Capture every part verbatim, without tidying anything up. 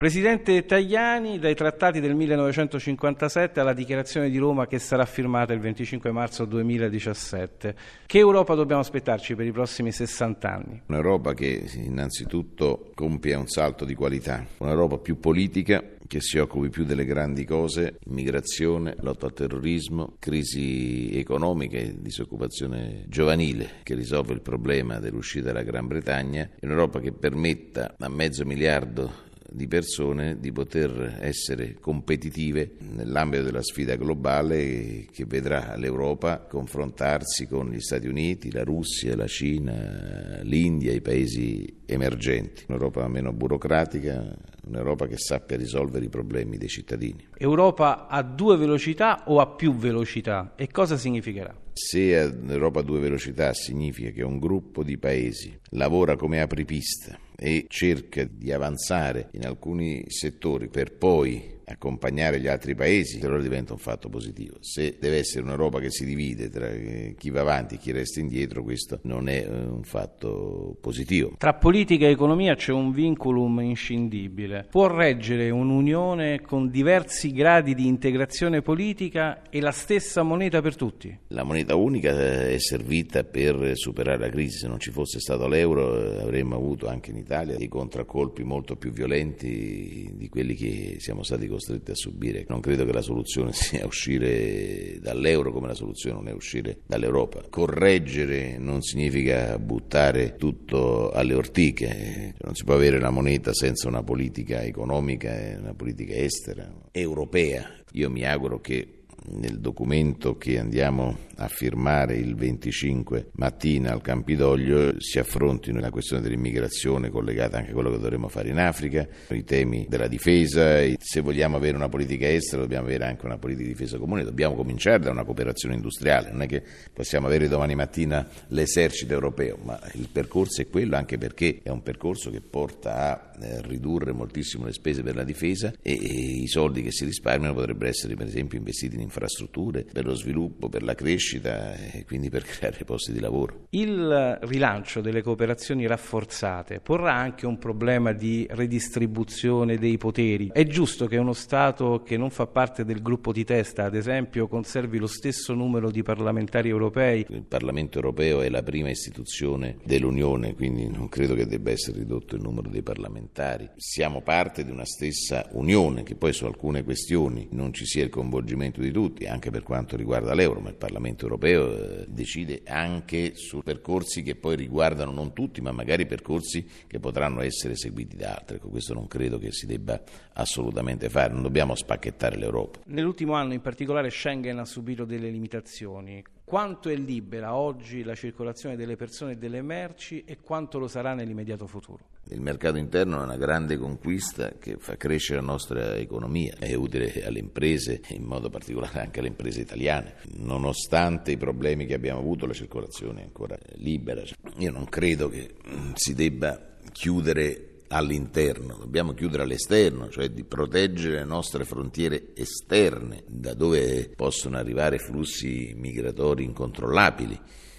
Presidente Tajani, dai trattati del millenovecentocinquantasette alla dichiarazione di Roma che sarà firmata il venticinque marzo duemiladiciassette, che Europa dobbiamo aspettarci per i prossimi sessanta anni? Un'Europa che innanzitutto compie un salto di qualità, un'Europa più politica, che si occupi più delle grandi cose: immigrazione, lotta al terrorismo, crisi economica e disoccupazione giovanile, che risolve il problema dell'uscita della Gran Bretagna, un'Europa che permetta a mezzo miliardo di persone di poter essere competitive nell'ambito della sfida globale che vedrà l'Europa confrontarsi con gli Stati Uniti, la Russia, la Cina, l'India, i paesi emergenti. Un'Europa meno burocratica, un'Europa che sappia risolvere i problemi dei cittadini. Europa a due velocità o a più velocità? E cosa significherà? Se l'Europa a due velocità significa che un gruppo di paesi lavora come apripista e cerca di avanzare in alcuni settori per poi accompagnare gli altri paesi, allora diventa un fatto positivo. Se deve essere un'Europa che si divide tra chi va avanti e chi resta indietro, questo non è un fatto positivo. Tra politica e economia c'è un vinculum inscindibile. Può reggere un'unione con diversi gradi di integrazione politica e la stessa moneta per tutti? La moneta unica è servita per superare la crisi. Se non ci fosse stato l'euro avremmo avuto anche in Italia dei contraccolpi molto più violenti di quelli che siamo stati costretti a subire. Non credo che la soluzione sia uscire dall'euro, come la soluzione non è uscire dall'Europa. Correggere non significa buttare tutto alle ortiche. Non si può avere una moneta senza una politica economica e una politica estera europea. Io mi auguro che nel documento che andiamo a firmare il venticinque mattina al Campidoglio si affrontino la questione dell'immigrazione collegata anche a quello che dovremo fare in Africa, i temi della difesa. Se vogliamo avere una politica estera dobbiamo avere anche una politica di difesa comune, dobbiamo cominciare da una cooperazione industriale. Non è che possiamo avere domani mattina l'esercito europeo, ma il percorso è quello, anche perché è un percorso che porta a eh, ridurre moltissimo le spese per la difesa e, e i soldi che si risparmiano potrebbero essere per esempio investiti in infrastrutture, per lo sviluppo, per la crescita e quindi per creare posti di lavoro. Il rilancio delle cooperazioni rafforzate porrà anche un problema di redistribuzione dei poteri. È giusto che uno Stato che non fa parte del gruppo di testa, ad esempio, conservi lo stesso numero di parlamentari europei? Il Parlamento europeo è la prima istituzione dell'Unione, quindi non credo che debba essere ridotto il numero dei parlamentari. Siamo parte di una stessa Unione, che poi su alcune questioni non ci sia il coinvolgimento di tutti, anche per quanto riguarda l'euro, ma il Parlamento europeo eh, decide anche su percorsi che poi riguardano non tutti, ma magari percorsi che potranno essere seguiti da altri. Ecco, questo non credo che si debba assolutamente fare, non dobbiamo spacchettare l'Europa. Nell'ultimo anno in particolare Schengen ha subito delle limitazioni. Quanto è libera oggi la circolazione delle persone e delle merci e quanto lo sarà nell'immediato futuro? Il mercato interno è una grande conquista che fa crescere la nostra economia, è utile alle imprese, in modo particolare anche alle imprese italiane. Nonostante i problemi che abbiamo avuto, la circolazione è ancora libera. Io non credo che si debba chiudere all'interno, dobbiamo chiudere all'esterno, cioè di proteggere le nostre frontiere esterne, da dove possono arrivare flussi migratori incontrollabili.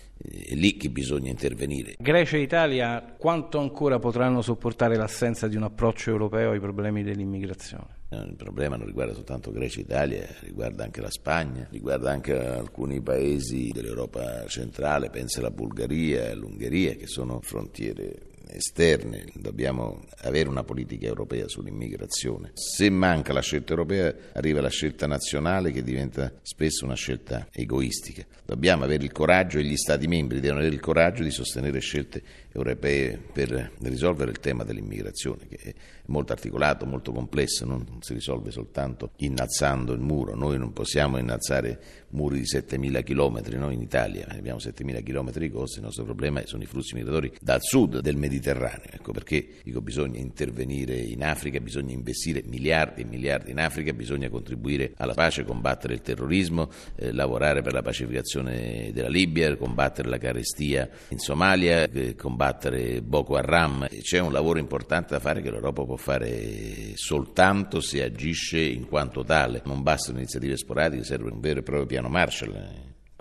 È lì che bisogna intervenire. Grecia e Italia quanto ancora potranno sopportare l'assenza di un approccio europeo ai problemi dell'immigrazione? Il problema non riguarda soltanto Grecia e Italia, riguarda anche la Spagna, riguarda anche alcuni paesi dell'Europa centrale, pensa alla Bulgaria e all'Ungheria, che sono frontiere esterne. Dobbiamo avere una politica europea sull'immigrazione. Se manca la scelta europea, arriva la scelta nazionale, che diventa spesso una scelta egoistica. Dobbiamo avere il coraggio, e gli Stati membri devono avere il coraggio di sostenere scelte europee per risolvere il tema dell'immigrazione, che è molto articolato, molto complesso, non si risolve soltanto innalzando il muro. Noi non possiamo innalzare muri di settemila chilometri, noi in Italia abbiamo settemila chilometri di coste, il nostro problema sono i flussi migratori dal sud del Mediterraneo. Ecco perché dico bisogna intervenire in Africa, bisogna investire miliardi e miliardi in Africa, bisogna contribuire alla pace, combattere il terrorismo, eh, lavorare per la pacificazione della Libia, combattere la carestia in Somalia, eh, combattere Boko Haram. C'è un lavoro importante da fare che l'Europa può fare soltanto se agisce in quanto tale. Non bastano iniziative sporadiche, serve un vero e proprio piano Marshall.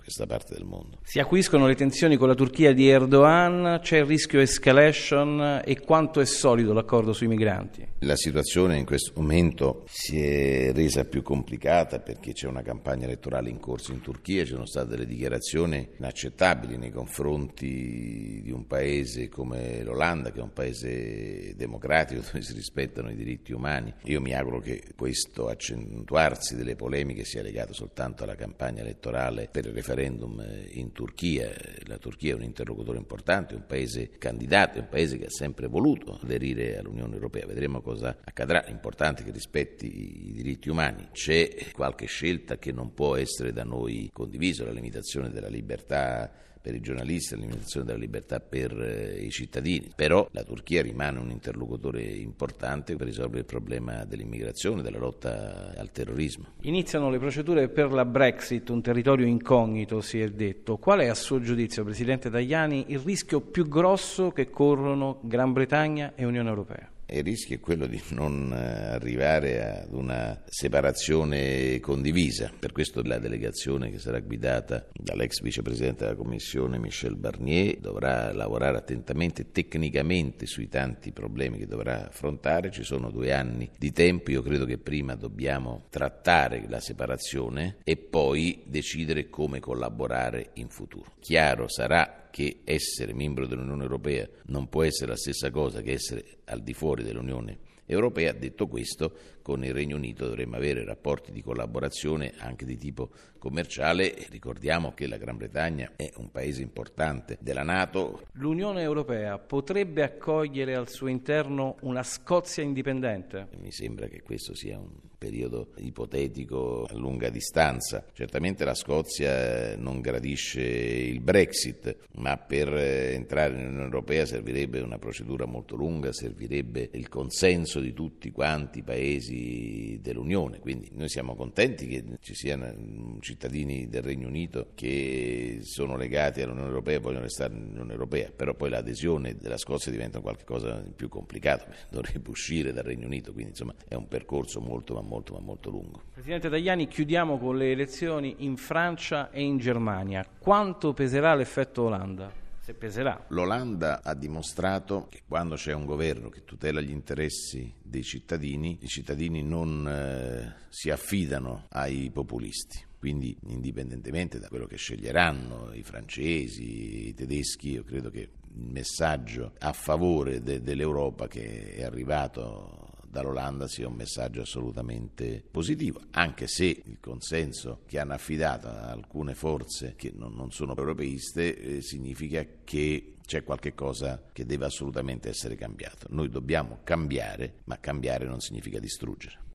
questa parte del mondo. Si acuiscono le tensioni con la Turchia di Erdogan, c'è il rischio escalation e quanto è solido l'accordo sui migranti? La situazione in questo momento si è resa più complicata perché c'è una campagna elettorale in corso in Turchia, ci sono state delle dichiarazioni inaccettabili nei confronti di un paese come l'Olanda, che è un paese democratico dove si rispettano i diritti umani. Io mi auguro che questo accentuarsi delle polemiche sia legato soltanto alla campagna elettorale per il referendum in Turchia. La Turchia è un interlocutore importante, è un paese candidato, è un paese che ha sempre voluto aderire all'Unione Europea. Vedremo cosa accadrà. L'importante è che rispetti i diritti umani. C'è qualche scelta che non può essere da noi condivisa, la limitazione della libertà per i giornalisti, la limitazione della libertà per eh, i cittadini, però la Turchia rimane un interlocutore importante per risolvere il problema dell'immigrazione, della lotta al terrorismo. Iniziano le procedure per la Brexit, un territorio incognito si è detto. Qual è a suo giudizio, Presidente Tajani, il rischio più grosso che corrono Gran Bretagna e Unione Europea? Il rischio è quello di non arrivare ad una separazione condivisa. Per questo la delegazione che sarà guidata dall'ex vicepresidente della Commissione Michel Barnier dovrà lavorare attentamente, tecnicamente, sui tanti problemi che dovrà affrontare. Ci sono due anni di tempo, io credo che prima dobbiamo trattare la separazione e poi decidere come collaborare in futuro. Chiaro sarà che essere membro dell'Unione Europea non può essere la stessa cosa che essere al di fuori dell'Unione Europea. Detto questo, con il Regno Unito dovremmo avere rapporti di collaborazione anche di tipo commerciale. Ricordiamo che la Gran Bretagna è un paese importante della NATO. L'Unione Europea potrebbe accogliere al suo interno una Scozia indipendente? Mi sembra che questo sia un periodo ipotetico a lunga distanza. Certamente la Scozia non gradisce il Brexit, ma per entrare nell'Unione Europea servirebbe una procedura molto lunga, servirebbe il consenso di tutti quanti i paesi dell'Unione. Quindi noi siamo contenti che ci siano cittadini del Regno Unito che sono legati all'Unione Europea e vogliono restare nell'Unione Europea, però poi l'adesione della Scozia diventa qualcosa di più complicato, dovrebbe uscire dal Regno Unito, quindi insomma è un percorso molto ma molto ma molto lungo. Presidente Tajani, chiudiamo con le elezioni in Francia e in Germania. Quanto peserà l'effetto Olanda? Se peserà. L'Olanda ha dimostrato che quando c'è un governo che tutela gli interessi dei cittadini, i cittadini non eh, si affidano ai populisti. Quindi, indipendentemente da quello che sceglieranno i francesi, i tedeschi, io credo che il messaggio a favore de- dell'Europa che è arrivato dall'Olanda sia un messaggio assolutamente positivo, anche se il consenso che hanno affidato a alcune forze che non, non sono europeiste eh, significa che c'è qualche cosa che deve assolutamente essere cambiato. Noi dobbiamo cambiare, ma cambiare non significa distruggere.